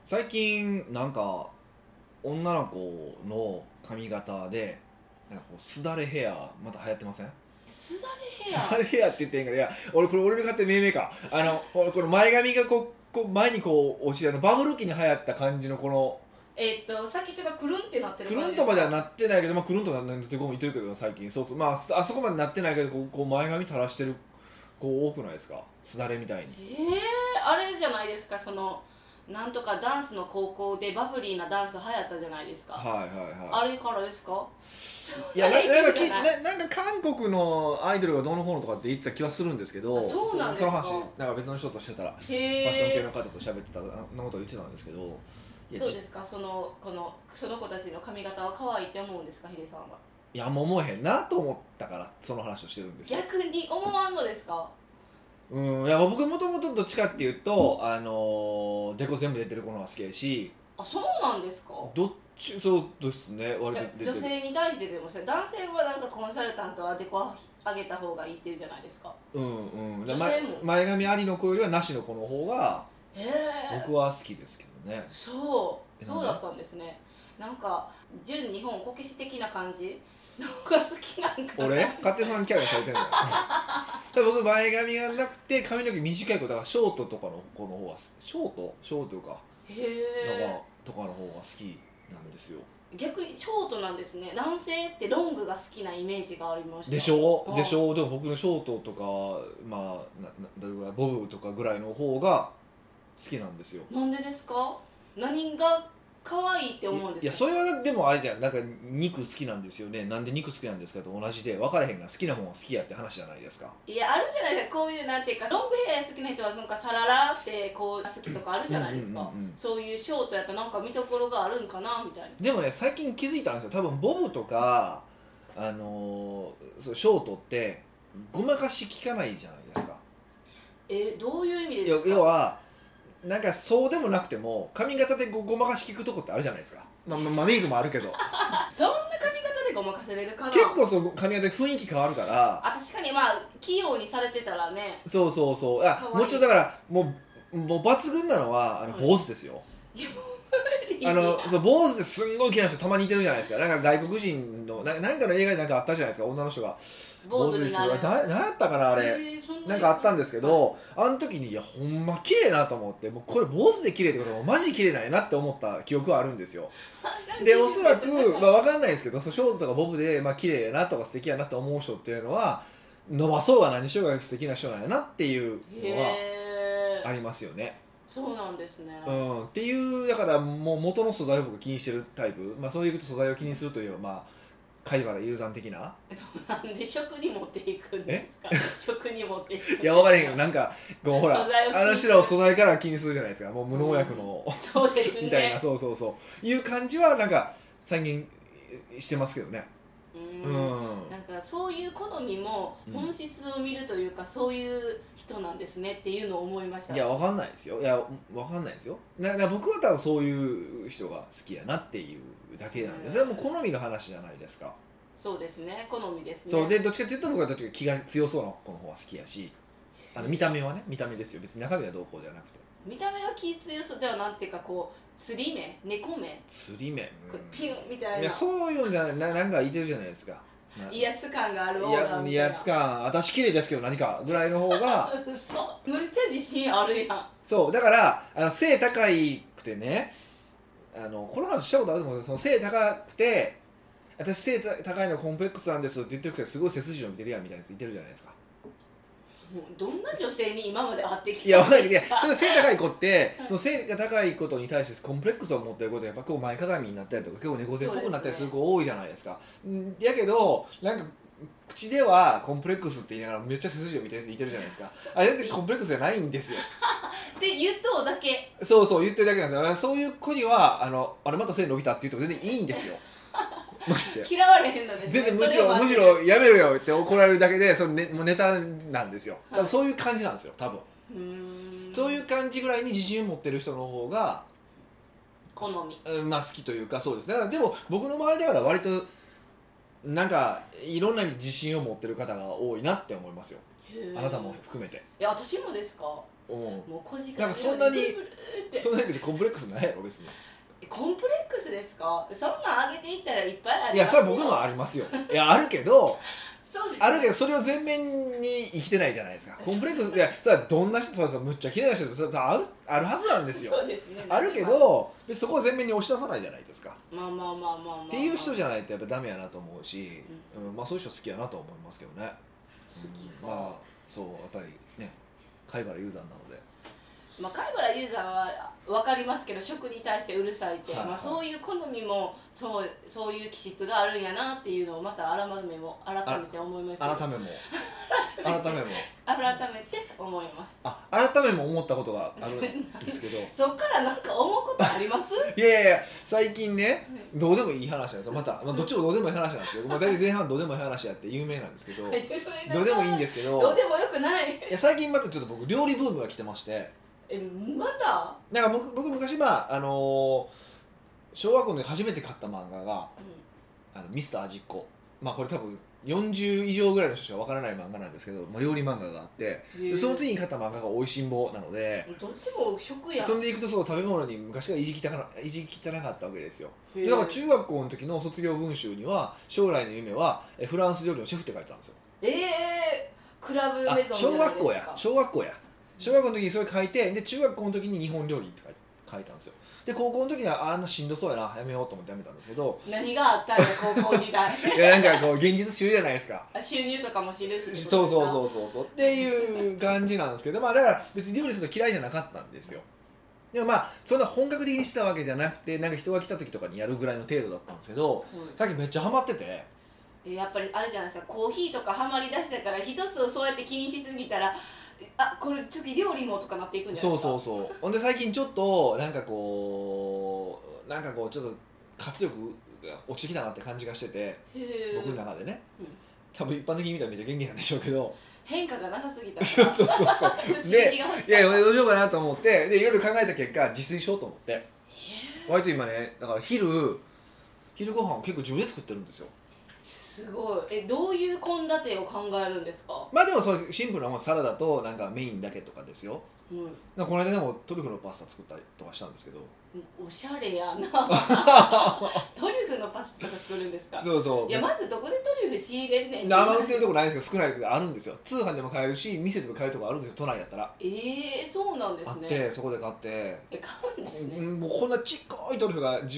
最近なんか女の子の髪型でなんかこうすだれヘアまた流行ってません？ すだれヘア。 すだれヘアって言ってんから、いや俺これ俺の勝手に命名か、この前髪がこう前にこう落ちてバブル期に流行った感じのこの先っちょがくるんってなってるく感じですか？ るんとまではなってないけど、まあ、くるんとなってる子もいてるけど最近そうそう、まあ、あそこまでなってないけどこう前髪垂らしてる子多くないですか？すだれみたいに。 あれじゃないですか、そのなんとかダンスの高校でバブリーなダンス流行ったじゃないですか。 はいはいはい。 あれからですか？ いやななんか韓国のアイドルがどうのこうのとかって言ってた気はするんですけど、 そうなんですか。 その話なんか別の人としてたらファッション系の方と喋ってたのことを言ってたんですけど、いやどうですか、その子たちの髪型は可愛いって思うんですか、ヒデさんは。 いやもう思えへんなと思ったからその話をしてるんですよ。 逆に思わんのですか？ いや僕もともとどっちかっていうとデコ全部出てる子の方が好きやし、 あ、そうなんですか。 どっちそうですね割と出てる。 女性に対してでも男性はなんかコンサルタントはデコ上げた方がいいっていうじゃないですか。女性も前髪ありの子よりはなしの子の方が僕は好きですけどね。 そうだったんですね。なんか純日本こけし的な感じのが好きなんかな。 俺勝手さんキャラされてんのよ多分僕前髪がなくて髪の毛短い子だからショートとかの子の方がショートかとかの方が好きなんですよ。 逆にショートなんですね。男性ってロングが好きなイメージがありました。 でしょでも僕のショートとかまあどれぐらいボブとかぐらいの方が好きなんですよ。 なんでですか？何が可愛いって思うんですか？ いやそれはでもあれじゃん、なんか肉好きなんですよね。なんで肉好きなんですかと同じで分からへんが好きなもんは好きやって話じゃないですか。 いや、あるじゃないですか。こういうなんていうかロングヘア好きな人はなんかサララってこう好きとかあるじゃないですか。そういうショートやとなんか見どころがあるんかなみたいな。 でもね最近気づいたんですよ。多分ボブとかそうショートってごまかし効かないじゃないですか。 どういう意味でですか？ 要はなんかそうでもなくても髪型でごまかし効くとこってあるじゃないですか。まあメイクもあるけどそんな髪型でごまかせれるかな。 結構そう髪型で雰囲気変わるから。 確かにまあ器用にされてたらね。 そうもちろんだからもう抜群なのは坊主ですよ。 いやもうそう坊主ですんごい綺麗な人たまにいてるじゃないですか。なんか外国人のなんかの映画でなんかあったじゃないですか。女の人が坊主になる。 何やったかなあれ、なんかあったんですけど、あの時にいやほんま綺麗なと思って、もうこれ坊主で綺麗ってことはマジ綺麗なんやなって思った記憶はあるんですよ。でおそらく、まあ、分かんないですけどショートとかボブで、まあ綺麗やなとか素敵やなと思う人っていうのは伸ばそうが何しようが素敵な人なんやなっていうのはありますよね。 そうなんですね。 っていうだからもう元の素材を僕気にしてるタイプ、まあ、そういう素材を気にするというまあ貝原雄山的な。 なんで食に持っていくんですか？食に持っていく。 いや分からへんけどなんかこうほら人らを素材から気にするじゃないですか。もう無農薬の、 そうですねみたいなそういう感じはなんか最近してますけどね。 なんかそういう好みも本質を見るというか、そういう人なんですねっていうのを思いました。 いや分かんないですよ。分かんないですよ。僕は多分そういう人が好きやなっていうだけなんで、それはもう好みの話じゃないですか。 そうですね、好みですね。 そうでどっちかというと僕はどっちか気が強そうな子の方が好きやし、見た目はね見た目ですよ。別に中身はどうこうじゃなくて。 見た目が気強そうではなんていうかこうつり目猫目つり目、 これピュンみたいな。 いやそういうんじゃないなんかいてるじゃないですか。 威圧感があるオーラみたいな。 威圧感私綺麗ですけど何かぐらいの方が嘘むっちゃ自信あるやん。 そうだから背高いくてね、この話したことあると思うけど、その背高くて私背高いのコンプレックスなんですって言ってるくせにすごい背筋伸びてるやんみたいなやついてるじゃないですか。 もうどんな女性に今まで会ってきたんですか？ いや分かる。いやその背高い子ってその背が高いことに対してコンプレックスを持ってることでやっぱこう前かがみになったりとか結構猫背っぽくなったりする子多いじゃないですか。やけどなんか口ではコンプレックスって言いながらめっちゃ背筋を見てるやついてるじゃないですか。あれってコンプレックスじゃないんですよで言っとうだけ。 そう言ってるだけなんですよ。そういう子にはあれまた背伸びたって言うと全然いいんですよマジで嫌われへんのですね。 全然むしろやめろよって怒られるだけでもうネタなんですよ。多分そういう感じなんですよ多分。そういう感じぐらいに自信を持ってる人の方が好み、 まあ好きというかそうですね。だからでも僕の周りでは割となんかいろんな意味に自信を持ってる方が多いなって思いますよ。あなたも含めて。 いや私もですか？ もう小時間なんかそんなにブルブルってそんなにコンプレックスないやろ別に。 コンプレックスですか？そんなん上げていったらいっぱいあいりますよ。 やそれは僕もありますよ。いやあるけどそうです、 あるけどそれを前面に生きてないじゃないですか。コンプレックスいやそれはどんな人そうむっちゃ綺麗な人でもそれはあるはずなんですよ。 そうですね。 あるけどそこを前面に押し出さないじゃないですか。 まあまあまあまあまあ、まあ、 っていう人じゃないとやっぱダメやなと思うし、 うんまあそういう人好きやなと思いますけどね。 好きか。 まあそうやっぱりね貝原雄山なので。 まあ、貝原雄山は分かりますけど食に対してうるさいって、 はいはいまあ、そういう好みもそういう気質があるんやなっていうのをまた改めて思いました改めて思いました。 改めも思ったことがあるんですけどそっからなんか思うことありますいやいや最近ねどうでもいい話なんですよまた、どっちもどうでもいい話なんですけど、大体前半どうでもいい話やって有名なんですけどどうでもいいんですけどどうでもよくない。 いや最近またちょっと僕料理ブームが来てましてまたなんか僕昔小学校で初めて買った漫画がミスター味っ子、まあこれ多分40以上ぐらいの人しかわからない漫画なんですけど、料理漫画があってでその次に買った漫画がおいしんぼなのでどっちも食やん。 それでいくとそう食べ物に昔から意地汚かったわけですよ。でだから中学校の時の卒業文集には将来の夢はフランス料理のシェフって書いてたんですよ。 クラブメゾンじゃないですか。 小学校の時にそれ書いてで中学校の時に日本料理って書いたんですよ。で高校の時にはあんなしんどそうやなやめようと思ってやめたんですけど何があったんや高校時代いやなんかこう現実主義じゃないですか。 収入とかも知るしそうっていう感じなんですけどまあだから別に料理するの嫌いじゃなかったんですよ。でもまあそんな本格的にしたわけじゃなくてなんか人が来た時とかにやるぐらいの程度だったんですけど、さっきめっちゃハマっててやっぱりあれじゃないですかコーヒーとかハマりだしたから一つをそうやって気にしすぎたらこれ次料理もとかなっていくんじゃないですか。 そうほんで最近ちょっとなんかこうちょっと活力が落ちてきたなって感じがしてて僕の中でね、多分一般的に見たらめっちゃ元気なんでしょうけど変化がなさすぎたそうでいやどうしようかなと思ってでいろいろ考えた結果自炊しようと思って割と今ねだから昼ご飯を結構自分で作ってるんですよ。 すごい。どういう献立を考えるんですか？ まあでもそうシンプルなもんサラダとなんかメインだけとかですよ。この間でもトリュフのパスタ作ったりとかしたんですけどおしゃれやなトリュフのパスタとか作るんですか？ そういやまずどこでトリュフ仕入れんねん。 生売ってるとこないんですけど少ないけどあるんですよ。通販でも買えるし店でも買えるとこあるんですよ都内やったら。 そうなんですね。 あってそこで買って買うんですね。 もうこんなちっこいトリュフが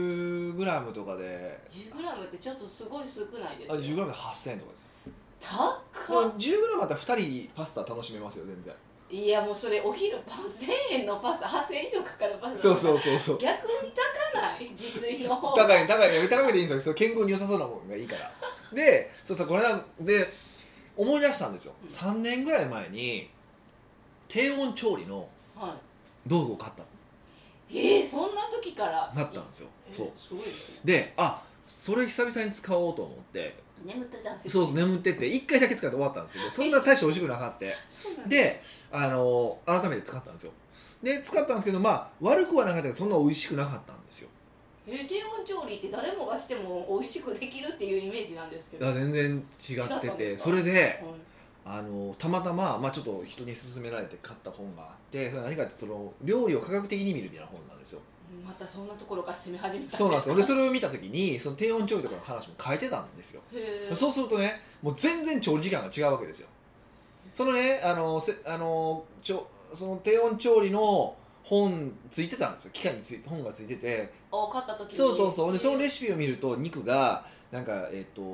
10g とかで 10g ってちょっとすごい少ないですよ。 10g で8000円とかですよ。 高っ。 10g あったら2人パスタ楽しめますよ全然。 いやもうそれお昼パン1000円のパスタ8000円以上かかるパスタそう逆に高ない自炊の方高くていいんですよ。健康に良さそうなものがいいからでこれで思い出したんですよ。3年ぐらい前に低温調理の道具を買ったそんな時から買ったんですよ。 すごいですね。 でそれ久々に使おうと思って眠ってたんですそう眠ってて1回だけ使って終わったんですけどそんな大して美味しくなかったで改めて使ったんですよ。で使ったんですけど悪くはなかったけどそんな美味しくなかったんですよ。 低温調理って誰もがしても美味しくできるっていうイメージなんですけど全然違っててそれで、たまたま、ちょっと人に勧められて買った本があってそれ何かって料理を科学的に見るみたいな本なんですよ。 またそんなところから攻め始めたんですか？ そうなんですよ。でそれを見た時にその低温調理とかの話も書いてたんですよ。そうするとねもう全然調理時間が違うわけですよ。そのねその低温調理の本ついてたんですよ。機械に本がついてて買った時にそうでそのレシピを見ると肉がなんか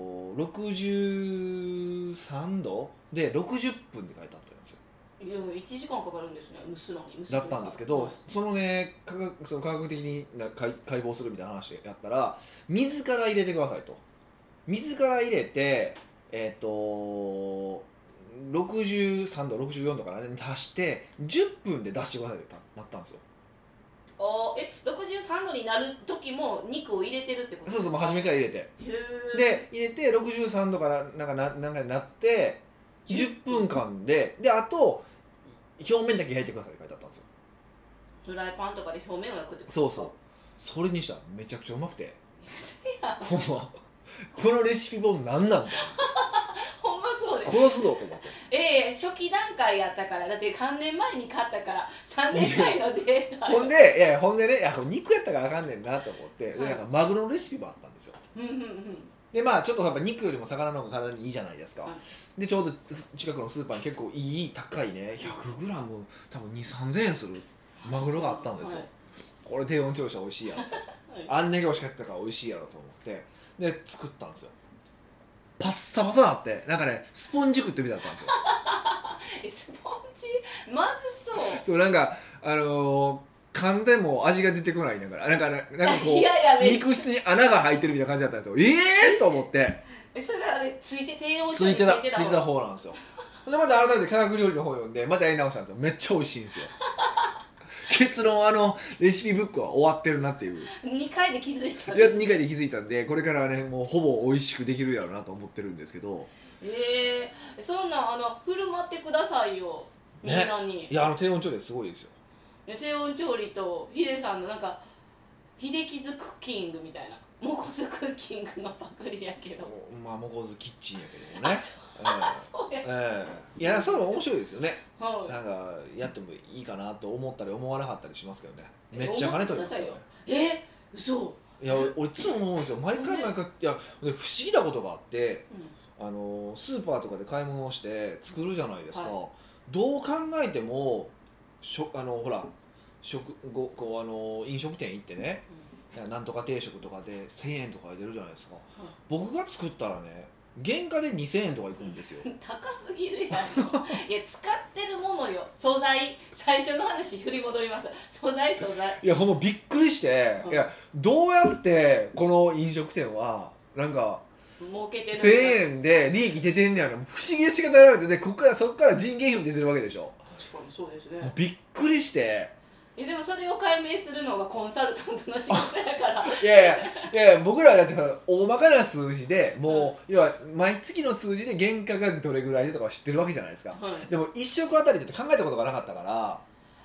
63度で60分で書いてあったんですよ。 1時間かかるんですね蒸すのにだったんですけど、そのね科学的に解剖するみたいな話やったら水から入れてくださいと。水から入れて63度64度からね足して10分で出してくださいってなったんですよ。 63度になる時も肉を入れてるってことですか？ そう初めから入れてで入れて63度からなんかなって10分間であと表面だけ焼いてくださいって書いてあったんですよ。 フライパンとかで表面を焼くってことですか？ そうそれにしたらめちゃくちゃうまくてこのレシピ本何なんだほんまそうです。 殺すぞと思って初期段階やったから、だって3年前に買ったから3年前のデータほんでね、これ肉やったからあかんねんなと思って、でなんかマグロのレシピもあったんですよ。でまあちょっとやっぱ肉よりも魚の方が体にいいじゃないですか、でちょうど近くのスーパーに結構いい高いね 100g 多分 2,3000 円するマグロがあったんですよ、これ低温調理したら美味しいやろと、あんだけ美味しかったから美味しいやろと思ってで作ったんですよ。パッサパサなってなんかねスポンジ食ってみたかったんですよスポンジまずそうそうなんか噛んでも味が出てこないなんかこう肉質に穴が開いてるみたいな感じだったんですよ。と思って。 それがあれついて低温調理ついてた方方なんですよ。でまた改めて科学料理の本読んでまたやり直したんですよ。めっちゃ美味しいんですよ。結論レシピブックは終わってるなっていう 2回で気づいたんです。2回で気づいたんでこれからはねもうほぼ美味しくできるやろうなと思ってるんですけど。 そんなん振る舞ってくださいよみんなに。 いや低温調理すごいですよ。 低温調理とヒデさんのなんか秀樹ズクッキングみたいなモコズクッキングのパクリやけどまあモコズキッチンやけどもねいやそういうの面白いですよね、なんかやってもいいかなと思ったり思わなかったりしますけどね。めっちゃ金取りますよね。嘘。 いや俺いつも思うんですよ毎回いや不思議なことがあって、スーパーとかで買い物をして作るじゃないですか、どう考えてもほら飲食店行ってね、なんとか定食とかで1000円とか出るじゃないですか、僕が作ったらね原価で2000円とかいくんですよ高すぎるやんいや使ってるものよ素材。最初の話振り戻ります。素材いやほんまびっくりして、いやどうやってこの飲食店はなんか儲けてる 1000円で利益出てんねやろ不思議で仕方ないのでそこから人件費も出てるわけでしょ。 確かにそうですね。 びっくりしてでもそれを解明するのがコンサルタントの仕事やからいや僕らはだって大まかな数字でもう、要は毎月の数字で原価がどれぐらいでとかは知ってるわけじゃないですか、でも1食あたりでって考えたことがなかったから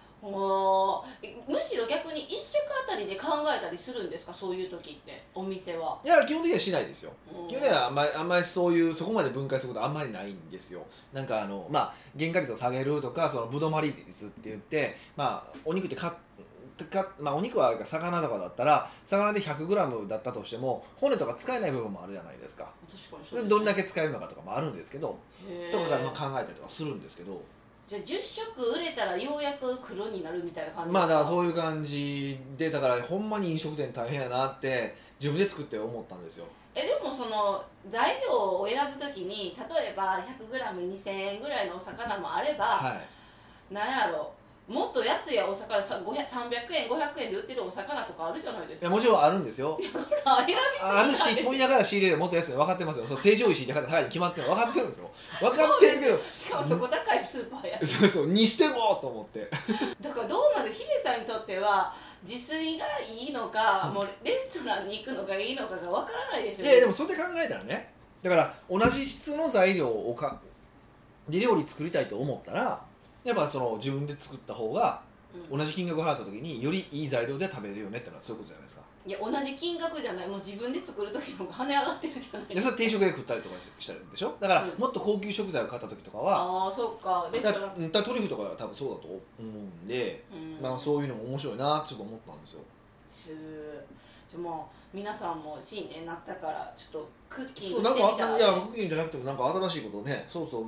むしろ逆に1食あたりで考えたりするんですかそういう時ってお店は。 いや基本的にはしないですよ。基本的にはあんまりそこまで分解することはあんまりないんですよ。なんか原価率を下げるとかそのぶどまり率って言ってお肉ってお肉は魚とかだったら魚で 100g だったとしても骨とか使えない部分もあるじゃないですか。 確かにそうですね。 どんだけ使えるのかとかもあるんですけどとか考えたりとかするんですけど。 じゃあ10食売れたらようやく黒になるみたいな感じですか。だからそういう感じでだからほんまに飲食店大変やなって自分で作って思ったんですよ。 でもその材料を選ぶときに例えば 100g2000 円ぐらいのお魚もあれば、なんやろもっと安いお魚300円500円で売ってるお魚とかあるじゃないですか。 いやもちろんあるんですよ。あるし問屋から仕入れるもっと安いの分かってますよ。成城石井で高いに決まってるの分かってるんですよ。分かってるけどしかもそこ高いスーパーやそうにしてもと思ってだからどうなんでヒデさんにとっては自炊がいいのか、もうレストランに行くのがいいのかが分からないですよね。 でもそれで考えたらねだから同じ質の材料で料理作りたいと思ったらやっぱその自分で作った方が同じ金額を払った時によりいい材料で食べれるよねってのはそういうことじゃないですか。 いや同じ金額じゃないもう自分で作る時の方が跳ね上がってるじゃないですか。 それ定食で食ったりとかしたらいいんでしょ。だから、もっと高級食材を買った時とかはそうかレストラントリュフとかは多分そうだと思うんで、そういうのも面白いなってちょっと思ったんですよ。 へえ。じゃあ皆さんも新年になったからちょっとクッキングしてみたら、 いやクッキングじゃなくてもなんか新しいことをね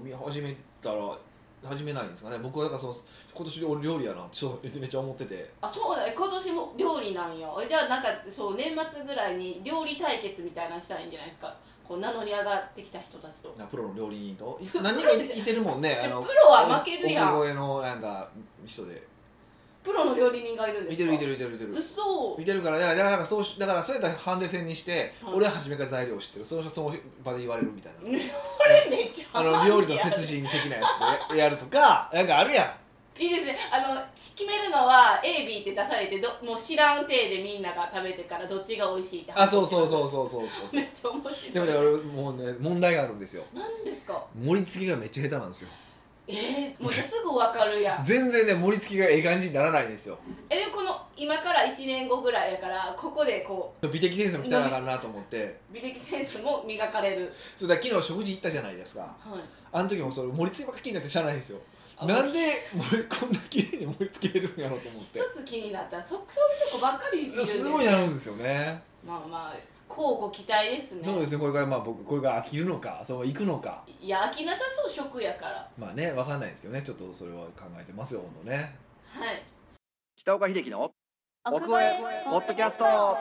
始めないんですかね。僕はだから今年俺料理やなってめっちゃ思ってて。 そうだね今年も料理なんや。じゃあなんかそう年末ぐらいに料理対決みたいなのしたらいいんじゃないですか。こう名乗り上がってきた人たちとプロの料理人と何人かいてるもんねプロは負けるやん。 奥越えのなんか人でプロの料理人がいるんですか。 いてる嘘。 いてるからだからそうやったらハンデ戦にして、俺は初めから材料を知ってるその場で言われるみたいなそれめっちゃ料理の鉄人的なやつでやるとかなんかあるやん。いいですね。決めるのは A、B って出されてもう知らん体でみんなが食べてからどっちが美味しいってそうめっちゃ面白い。 でもね俺もうね問題があるんですよ。 何ですか。 盛り付けがめっちゃ下手なんですよ。 もうすぐ分かるやん全然ね盛り付けがええ感じにならないんですよ。 でもこの今から1年後ぐらいやからここでこ美的センスも鍛えなあかんなと思って美的センスも磨かれる。 それだ昨日食事行ったじゃないですか、 はい、 あの時もそれ盛り付けばっか気になってしゃあないんですよ。なんでこんな綺麗に盛り付けれるんやろうと思って一つ気になったらそういうとこばっかり見るんですすごいなるんですよね。 まあまあ乞うご期待ですね。 そうですね。これから僕これから飽きるのか行くのか。 いや飽きなさそう食やから。 まあね分かんないですけどね、ちょっとそれは考えてますよ本当ね。 はい。 北岡秀樹の奥越えポッドキャスト。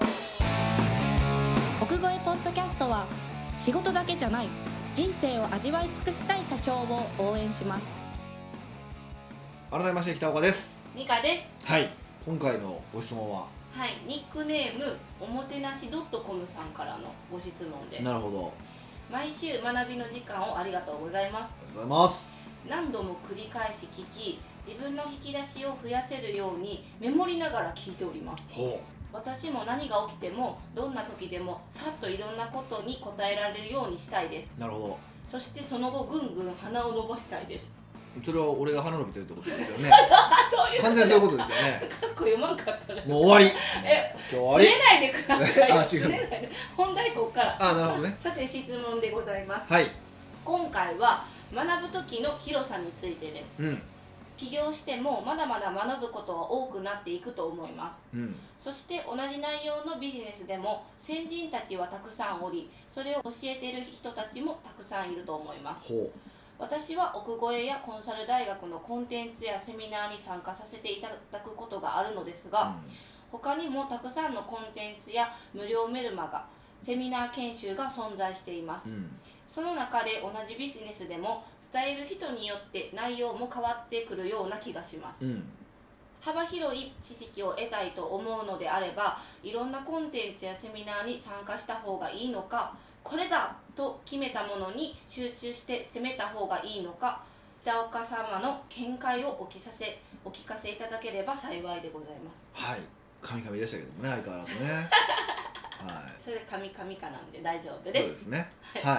奥越えポッドキャストは仕事だけじゃない人生を味わい尽くしたい社長を応援します。 改めまして北岡です。 美香です。 はい。今回のご質問ははい、ニックネームおもてなし .com さんからのご質問です。 なるほど。 毎週学びの時間をありがとうございます。 ありがとうございます。 何度も繰り返し聞き、自分の引き出しを増やせるようにメモりながら聞いております。 ほう。 私も何が起きてもどんな時でもさっといろんなことに答えられるようにしたいです。 なるほど。 そしてその後ぐんぐん鼻を伸ばしたいです。 それは俺が鼻伸びてるってことですよねそういう完全にそういうことですよね。 かっこ読まんかったらもう終わり。今日終わり。 締めないでください。 あ、違う。 締めないで。本題ここから。 あ、なるほどね。 さて質問でございます。 はい。 今回は学ぶ時の広さについてです。 うん。 起業してもまだまだ学ぶことは多くなっていくと思います。 うん。 そして同じ内容のビジネスでも先人たちはたくさんおり、それを教えている人たちもたくさんいると思います。 ほう。 私は奥越えやコンサル大学のコンテンツやセミナーに参加させていただくことがあるのですが、他にもたくさんのコンテンツや無料メルマガ、セミナー研修が存在しています。その中で同じビジネスでも伝える人によって内容も変わってくるような気がします。幅広い知識を得たいと思うのであれば、いろんなコンテンツやセミナーに参加した方がいいのか、これだと決めたものに集中して攻めた方がいいのか、北岡様の見解をお聞かせいただければ幸いでございます。 はい。神々でしたけどもね、相変わらずね。 はい。それ神々かなんで大丈夫です。 そうですね。はい。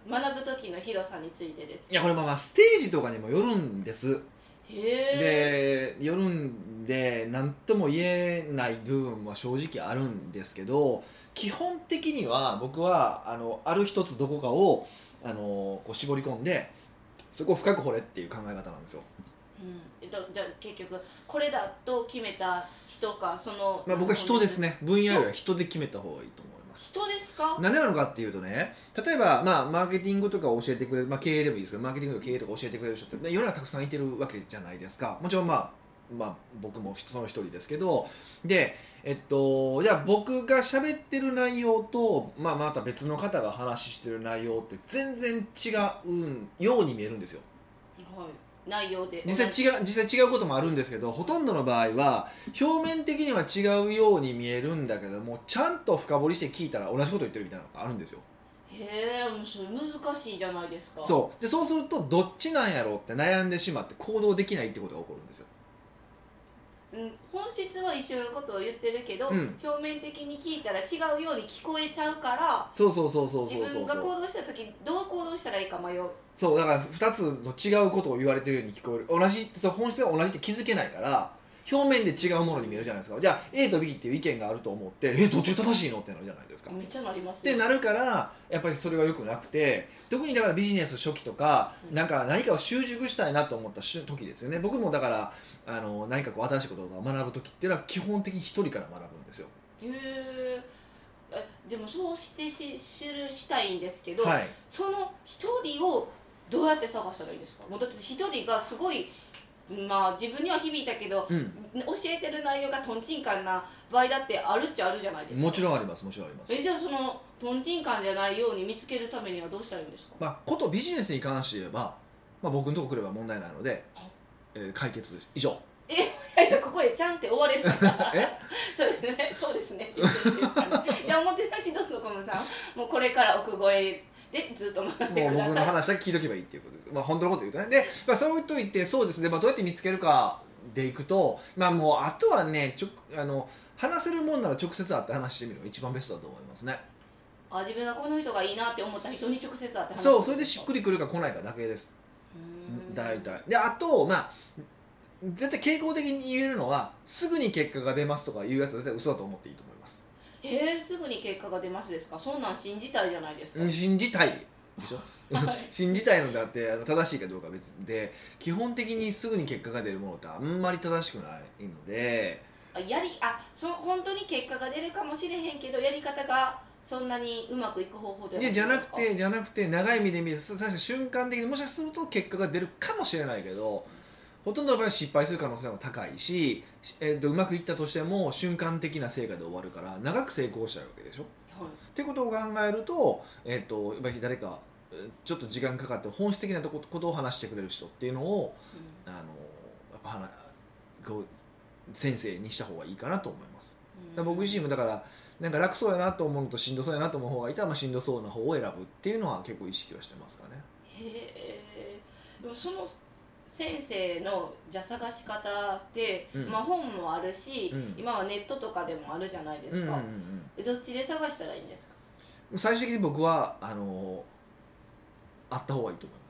学ぶ時の広さについてです。 いやこれまあステージとかにもよるんです。でよるんで何とも言えない部分は正直あるんですけど、基本的には僕はある一つどこかをこう絞り込んでそこを深く掘れっていう考え方なんですよ。 じゃあ結局これだと決めた人かその、 まあ、僕は人ですね。分野よりは人で決めた方がいいと思います。 人ですか？ 何でなのかっていうとね、例えば、まあ、マーケティングとかを教えてくれる、まあ、経営でもいいですけどマーケティングとか経営とか教えてくれる人って世の中たくさんいてるわけじゃないですか。もちろんまあ僕もその一人ですけど、でじゃあ僕が喋ってる内容と、また別の方が話してる内容って全然違うように見えるんですよ。 はい。内容で実際違うこともあるんですけど、ほとんどの場合は表面的には違うように見えるんだけども、ちゃんと深掘りして聞いたら同じこと言ってるみたいなのがあるんですよ。 へえ、もうそれ難しいじゃないですか。 そうするとどっちなんやろうって悩んでしまって行動できないってことが起こるんですよ。 本質は一緒のことを言ってるけど、表面的に聞いたら違うように聞こえちゃうから、 自分が行動した時どう行動したらいいか迷う。 そうだから2つの違うことを言われてるように聞こえる。本質が同じって気づけないから表面で違うものに見えるじゃないですか。じゃあ A と B っていう意見があると思ってどっちが正しいのってなるじゃないですか。 めっちゃなりますね。ってなるからやっぱりそれは良くなくて、特にだからビジネス初期とか、何かを習熟したいなと思った時ですよね。僕もだから何かこう新しいことを学ぶ時っていうのは基本的に一人から学ぶんですよ。 へえ。でもそうしてしたいんですけど、その一人をどうやって探したらいいですか？もうだって一人がすごい自分には響いたけど、教えてる内容がとんちんかんな場合だってあるっちゃあるじゃないですか。 もちろんあります。じゃあそのとんちんかんじゃないように見つけるためにはどうしたらいいんですか？ ことビジネスに関して言えば、僕のとこ来れば問題ないので、解決以上。 ここでちゃんって終われるそうですねじゃあおもてなし.comさんもうこれから奥越えでずっと学んでください。もう僕の話だけ聞いとけばいいっていうことです。本当のこと言うとね。で、そう言っといて、そうですね、どうやって見つけるかでいくと、もうあとはね話せるもんなら直接会って話してみるのが一番ベストだと思いますね。 自分がこの人がいいなって思った人に直接会って話す。 それでしっくりくるか来ないかだけです。 大体で、あとまあ絶対傾向的に言えるのはすぐに結果が出ますとかいうやつは絶対嘘だと思っていいと思います。 すぐに結果が出ますですか？そんなん信じたいじゃないですか。 信じたいでしょ信じたいのであって正しいかどうかは別で、基本的にすぐに結果が出るものってあんまり正しくないので、 本当に結果が出るかもしれへんけどやり方がそんなにうまくいく方法ではないですか？ じゃなくて長い目で見ると確かに瞬間的にもしかすると結果が出るかもしれないけど、ほとんどの場合は失敗する可能性が高いし、うまくいったとしても瞬間的な成果で終わるから長く成功しちゃうわけでしょ。 はい、 ってことを考えると、やっぱり誰かちょっと時間かかって本質的なことを話してくれる人っていうのを、やっぱこう先生にした方がいいかなと思います。僕自身もだからなんか楽そうやなと思うのとしんどそうやなと思う方がいたら、しんどそうな方を選ぶっていうのは結構意識はしてますかね。 でもその先生のじゃ探し方って、本もあるし、今はネットとかでもあるじゃないですか。どっちで探したらいいんですか？ 最終的に僕はあった方がいいと思います。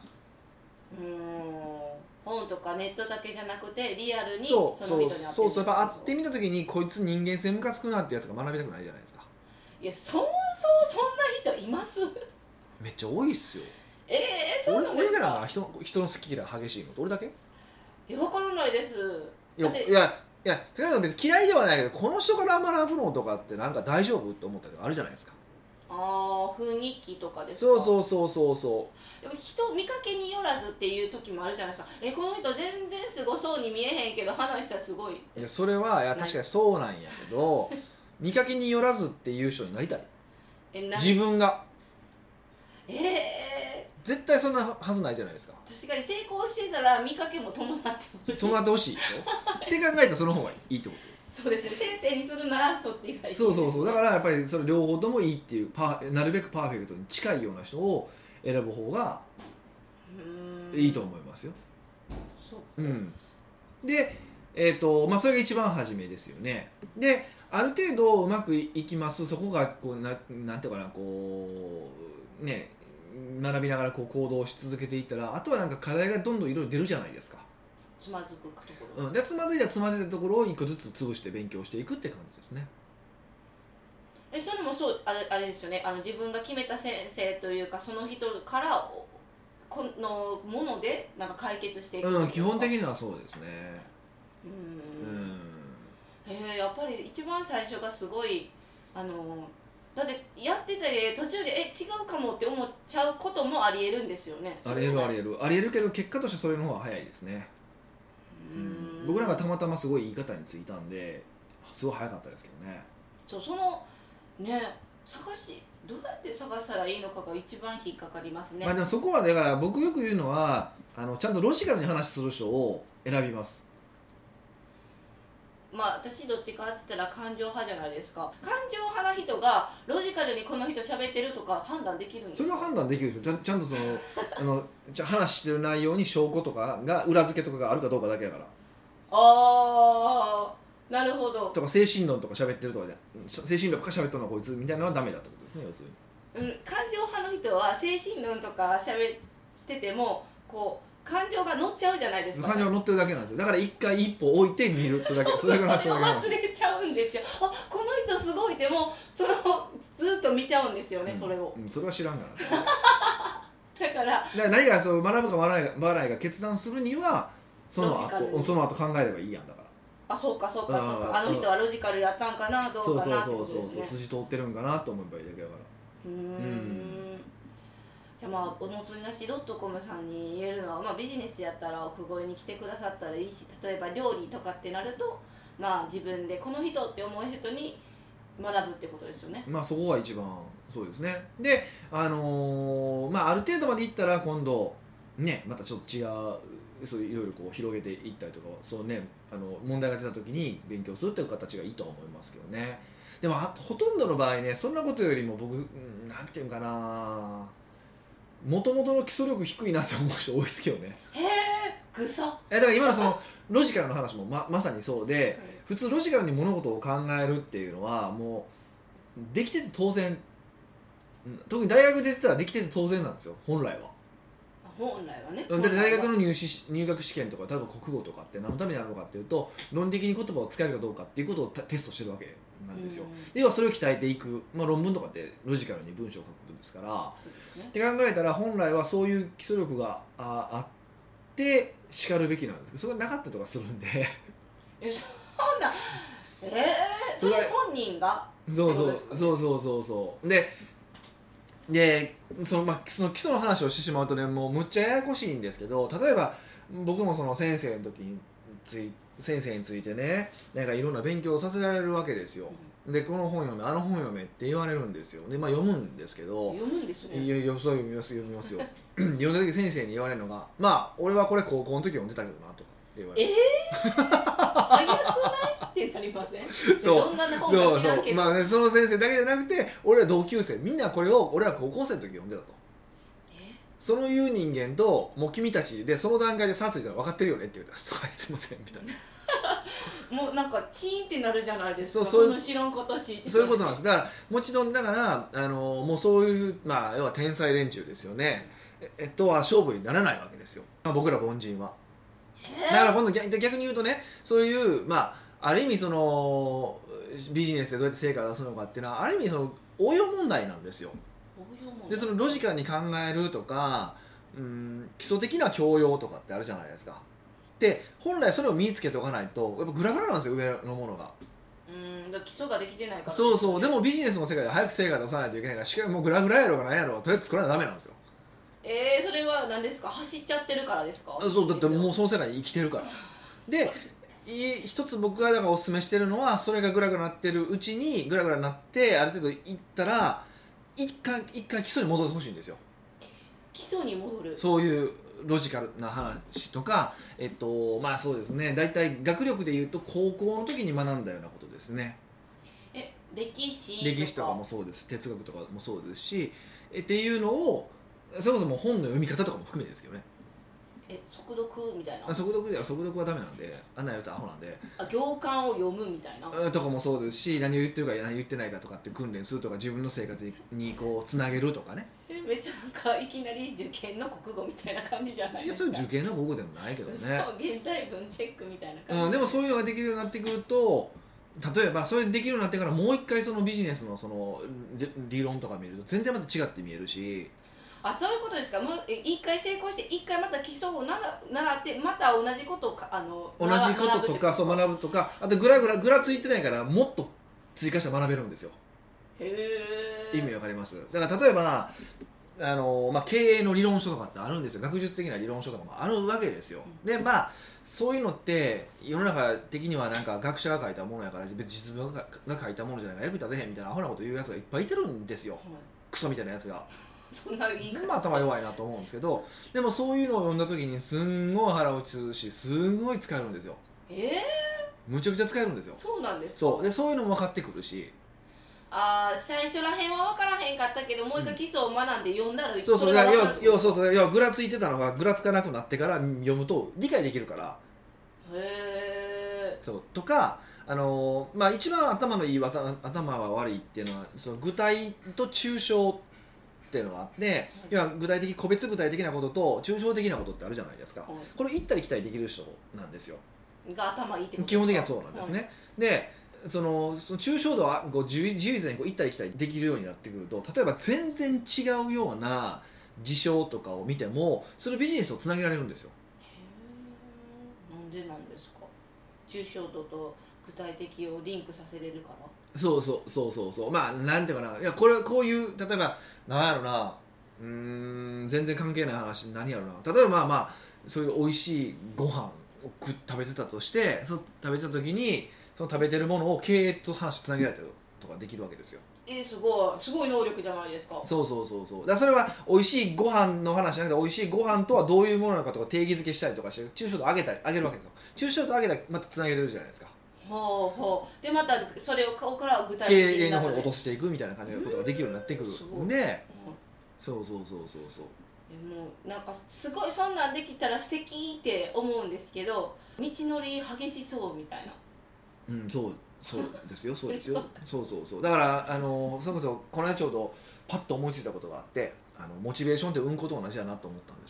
本とかネットだけじゃなくてリアルにその人に会ってみる。 そうやっぱ会ってみた時にこいつ人間性ムカつくなってやつが学びたくないじゃないですか。 いやそんな人います？ めっちゃ多いっすよ。 そうなんですか？ 俺らが人の好き嫌い激しいのって俺だけ？ 分からないです。 いや別に嫌いではないけど、この人から学ぶのとかってなんか大丈夫って思ったけどあるじゃないですか。 雰囲気とかですか？そうでも人見かけによらずっていう時もあるじゃないですか。この人全然すごそうに見えへんけど話したらすごい。 いやそれは確かにそうなんやけど見かけによらずっていう人になりたい。自分が絶対そんなはずないじゃないですか。 確かに成功してたら見かけも伴ってほしいって考えたらその方がいいってことよ。 そうですね、先生にするならそっちがいい。 そうだからやっぱりそれ両方ともいいっていうなるべくパーフェクトに近いような人を選ぶ方がいいと思いますよ。でそれが一番初めですよね。である程度うまくいきます。そこがこうなんていうかな、こうね学びながらこう行動し続けていったら、あとはなんか課題がどんどんいろいろ出るじゃないですか。 つまずくところ、 でつまずいたところを一個ずつ潰して勉強していくって感じですね。 それもそうあれですよね。自分が決めた先生というかその人からこのものでなんか解決していく。 基本的にはそうですね。 やっぱり一番最初がすごいだってやってて途中で違うかもって思っちゃうこともありえるんですよね。 ありえるけど結果としてそれの方が早いですね。僕らがたまたますごい言い方についたんですごい早かったですけどね。 そのねどうやって探したらいいのかが一番引っかかりますね。 でもそこはだから僕よく言うのはちゃんとロジカルに話する人を選びます。 私どっちかって言ったら感情派じゃないですか。感情派な人がロジカルにこの人喋ってるとか判断できるんですか？ それは判断できるでしょ。ちゃんとその話してる内容に証拠とかが裏付けとかがあるかどうかだけだから。 なるほど。 とか精神論とか喋ってるとかで精神論ばっか喋っとるのはこいつみたいなのはダメだってことですね、要するに。感情派の人は精神論とか喋っててもこう感情が乗っちゃうじゃないですか。 感情が乗ってるだけなんですよ。だから一回一歩置いて見る。それだけそれを忘れちゃうんですよ。この人すごいってもうずっと見ちゃうんですよね、それを。 それは知らんがな。だから何が学ぶか学ばないか決断するにはその後考えればいいやんだから。 そうかあの人はロジカルやったんかなどうかなってことですね。 そう筋通ってるんかなと思えばいいだけだから。 じゃあおもつになし.comさんに言えるのは、ビジネスやったら奥越えに来てくださったらいいし、例えば料理とかってなると、自分でこの人って思う人に学ぶってことですよね。 そこが一番そうですね。である程度までいったら今度ねまたちょっと違うそういういろいろこう広げていったりとか問題が出た時に勉強するっていう形がいいと思いますけどね。でもほとんどの場合ね、そんなことよりも僕なんていうかな、もともとの基礎力低いなって思う人多いですけどね。 ぐさだから今のそのロジカルの話も まさにそうで、普通ロジカルに物事を考えるっていうのはもうできてて当然、特に大学出てたらできてて当然なんですよ、本来は。 本来はね。 で大学の入学試験とか例えば国語とかって何のためにあるのかっていうと論理的に言葉を使えるかどうかっていうことをテストしてるわけなんですよ。要はそれを鍛えていく、論文とかってロジカルに文章を書くことですから、って考えたら本来はそういう基礎力があってしかるべきなんですけど、それがなかったりとかするんでそんなそれ本人がそうでその基礎の話をしてしまうとね、もうむっちゃややこしいんですけど、例えば僕もその先生の時に先生についてね、なんかいろんな勉強をさせられるわけですよ。でこの本読めあの本読めって言われるんですよ。で読むんですけど、 読むんですね。 そう読みますよ読んだ時先生に言われるのが、俺はこれ高校の時読んでたけどなとかって言われます。 早くないってなりません？どんな本か知らんけど。 その先生だけじゃなくて、俺ら同級生みんなこれを俺ら高校生の時読んでたと。そういう人間ともう君たちでその段階で差ついたら分かってるよねって言うたら、はいすいませんみたいな。 もうなんかチーンってなるじゃないですか。その知らんことしそういうことなんです。だからもちろんだからもうそういう要は天才連中ですよね。は勝負にならないわけですよ。僕ら凡人は。だから今度逆に言うとね、そういうある意味そのビジネスでどうやって成果を出すのかっていうのはある意味その応用問題なんですよ。でそのロジカルに考えるとか、基礎的な教養とかってあるじゃないですか。で本来それを身につけておかないとやっぱグラグラなんですよ、上のものが。 だ基礎ができてないから、ね、 そうでもビジネスの世界で早く成果出さないといけないから、しかもグラグラやろうが何やろうがとりあえず作らなダメなんですよ。 それは何ですか？走っちゃってるからですか？ そうだってもうその世界に生きてるからで一つ僕がだからおすすめしてるのは、それがグラグラなってるうちにグラグラになってある程度いったら一回基礎に戻ってほしいんですよ。 基礎に戻る、 そういうロジカルな話とか、そうですね、だいたい学力でいうと高校の時に学んだようなことですね。 歴史とかもそうです、哲学とかもそうですし、っていうのをそれこそもう本の読み方とかも含めてですけどね。 速読みたいな。 速読はダメなんで、あんなやつアホなんで。 行間を読むみたいなとかもそうですし、何を言ってるか何を言ってないかとかって訓練するとか、自分の生活にこうつなげるとかね。 めっちゃなんかいきなり受験の国語みたいな感じじゃないですか。 いや、それ受験の国語でもないけどね。 そう現代文チェックみたいな感じ、 でもそういうのができるようになってくると、例えばそれできるようになってからもう一回そのビジネスのその理論とか見ると全然また違って見えるし。 そういうことですか。もう一回成功して一回また基礎を習ってまた同じことを同じこととか学ぶとか、あとグラついてないからもっと追加して学べるんですよ。意味わかります？だから例えば経営の理論書とかってあるんですよ。学術的な理論書とかもあるわけですよ。でそういうのって世の中的にはなんか学者が書いたものやから別に実務が書いたものじゃないから役立てへんみたいなアホなこと言うやつがいっぱいいてるんですよ、クソみたいなやつが。 そんな言い方頭弱いなと思うんですけど、でもそういうのを読んだ時にすんごい腹落ちするし、すんごい使えるんですよ。むちゃくちゃ使えるんですよ。 そうなんですか。 そういうのも分かってくるし、 最初らへんは分からへんかったけど、もう一回基礎を学んで読んだら要はグラついてたのがグラつかなくなってから読むと理解できるから。そうとか一番頭のいい頭は悪いっていうのは、その具体と抽象っていうのがあって、要は個別具体的なことと抽象的なことってあるじゃないですか、これ行ったり来たりできる人なんですよ。 が頭いいってことですか？ 基本的にはそうなんですね、でその抽象度は自由自在に行ったり来たりできるようになってくると、例えば全然違うような事象とかを見てもそのビジネスをつなげられるんですよ。 なんでなんですか？抽象度と具体的をリンクさせれるから。 そうなんていうかな、いやこういう例えば何やろな、全然関係ない話何やろな、例えばそういう美味しいご飯を食べてたとして、食べてた時にその食べてるものを経営と話つなげられたりとかできるわけですよ。 すごい能力じゃないですか。 そうだからそれは美味しいご飯の話じゃなくて、美味しいご飯とはどういうものなのかとか定義づけしたりとかして抽象度上げるわけですよ。抽象度上げたらまたつなげれるじゃないですか。 でまたそれを顔から具体的に経営の方に落としていくみたいな感じのことができるようになってくるんで、そうでもなんかすごいそんなんできたら素敵って思うんですけど、道のり激しそうみたいな。 そうですよそうだからそれこそこの間ちょうどパッと思いついたことがあって、モチベーションってうんこと同じだなと思ったんですよ。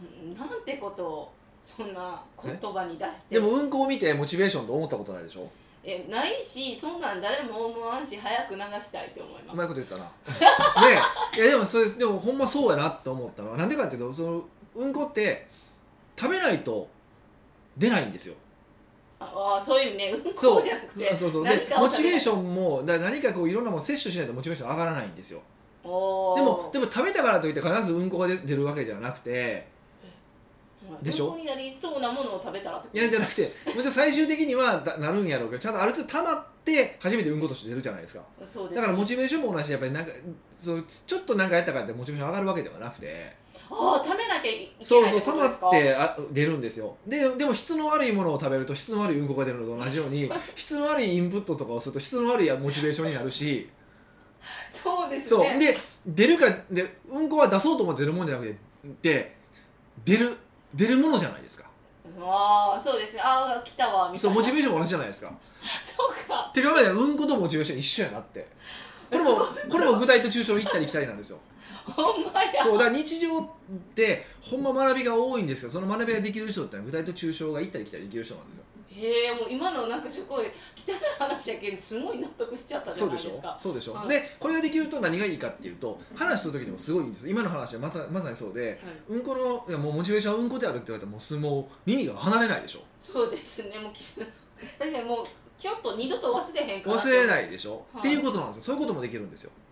なんてことをそんな言葉に出してでもうんこを見てモチベーションと思ったことないでしょ。 ないし、そんなん誰も思わんし早く流したいと思います。 うまいこと言ったなねえ、いやでもそれでもほんまそうやなって思ったのはなんでかっていうと、そのうんこって食べないと出ないんですよ。 そういう意味ね、うんこじゃなくてそうでモチベーションも何かこういろんなもの摂取しないとモチベーション上がらないんですよ。でも食べたからといって必ずうんこが出るわけじゃなくて、でしょ。 うんこになりそうなものを食べたらってこと。 いやじゃなくて、もちろん最終的にはなるんやろうけど、ちゃんとある程度溜まって初めてうんことして出るじゃないですか。 そうです、 だからモチベーションも同じで、やっぱりなんかそうちょっとなんかやったからってモチベーション上がるわけではなくて、 食べなきゃいけないってそうことですか。 溜まって出るんですよ。でも質の悪いものを食べると質の悪いうんこが出るのと同じように質の悪いインプットとかをすると質の悪いモチベーションになるしそうですね。 そうで出るかで、うんこは出そうと思って出るもんじゃなくて出るものじゃないですか。 そうですね。来たわみたいな。 そう、モチベーションも同じじゃないですか。 そうか。 って考えたらうんことモチベーション一緒やなって。これも具体と抽象行ったり来たりなんですよ。 ほんまや。 そうだから日常ってほんま学びが多いんですよ。その学びができる人ってのは具体と抽象が行ったり来たりできる人なんですよ。 もう今のなんかすごい汚い話やけどすごい納得しちゃったじゃないですか。 そうでしょ、 はい、 でこれができると何がいいかっていうと、話する時でもすごいいいんですよ。今の話はまさにそうで、はい、うんこのいやもうモチベーションはうんこであるって言われたらもう耳が離れないでしょ。 そうですね。もう確かにもうちょっと二度と忘れへんから忘れないでしょ、はい、っていうことなんですよ。そういうこともできるんですよ。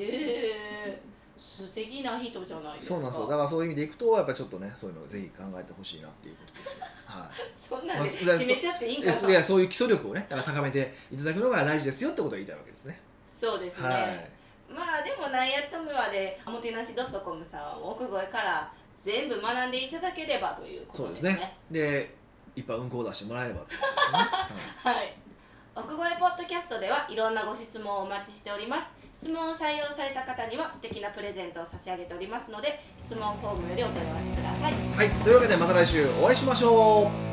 素敵な人じゃないですか。 そうなんですよ。だからそういう意味でいくとやっぱりちょっとね、そういうのをぜひ考えてほしいなっていうことですよ。はい。 そんなんで締めちゃっていいんかな。 いやそういう基礎力をね、だから高めていただくのが大事ですよってことを言いたいわけですね。 そうですね。はい、まあでもなんやともあれおもてなし .com さん奥越えから全部学んでいただければということですね。そうですね。 でいっぱいうんこを出してもらえればということですね。 はい。はい、奥越えポッドキャストではいろんなご質問をお待ちしております。質問を採用された方には素敵なプレゼントを差し上げておりますので、質問フォームよりお問い合わせください。 はい、というわけでまた来週お会いしましょう。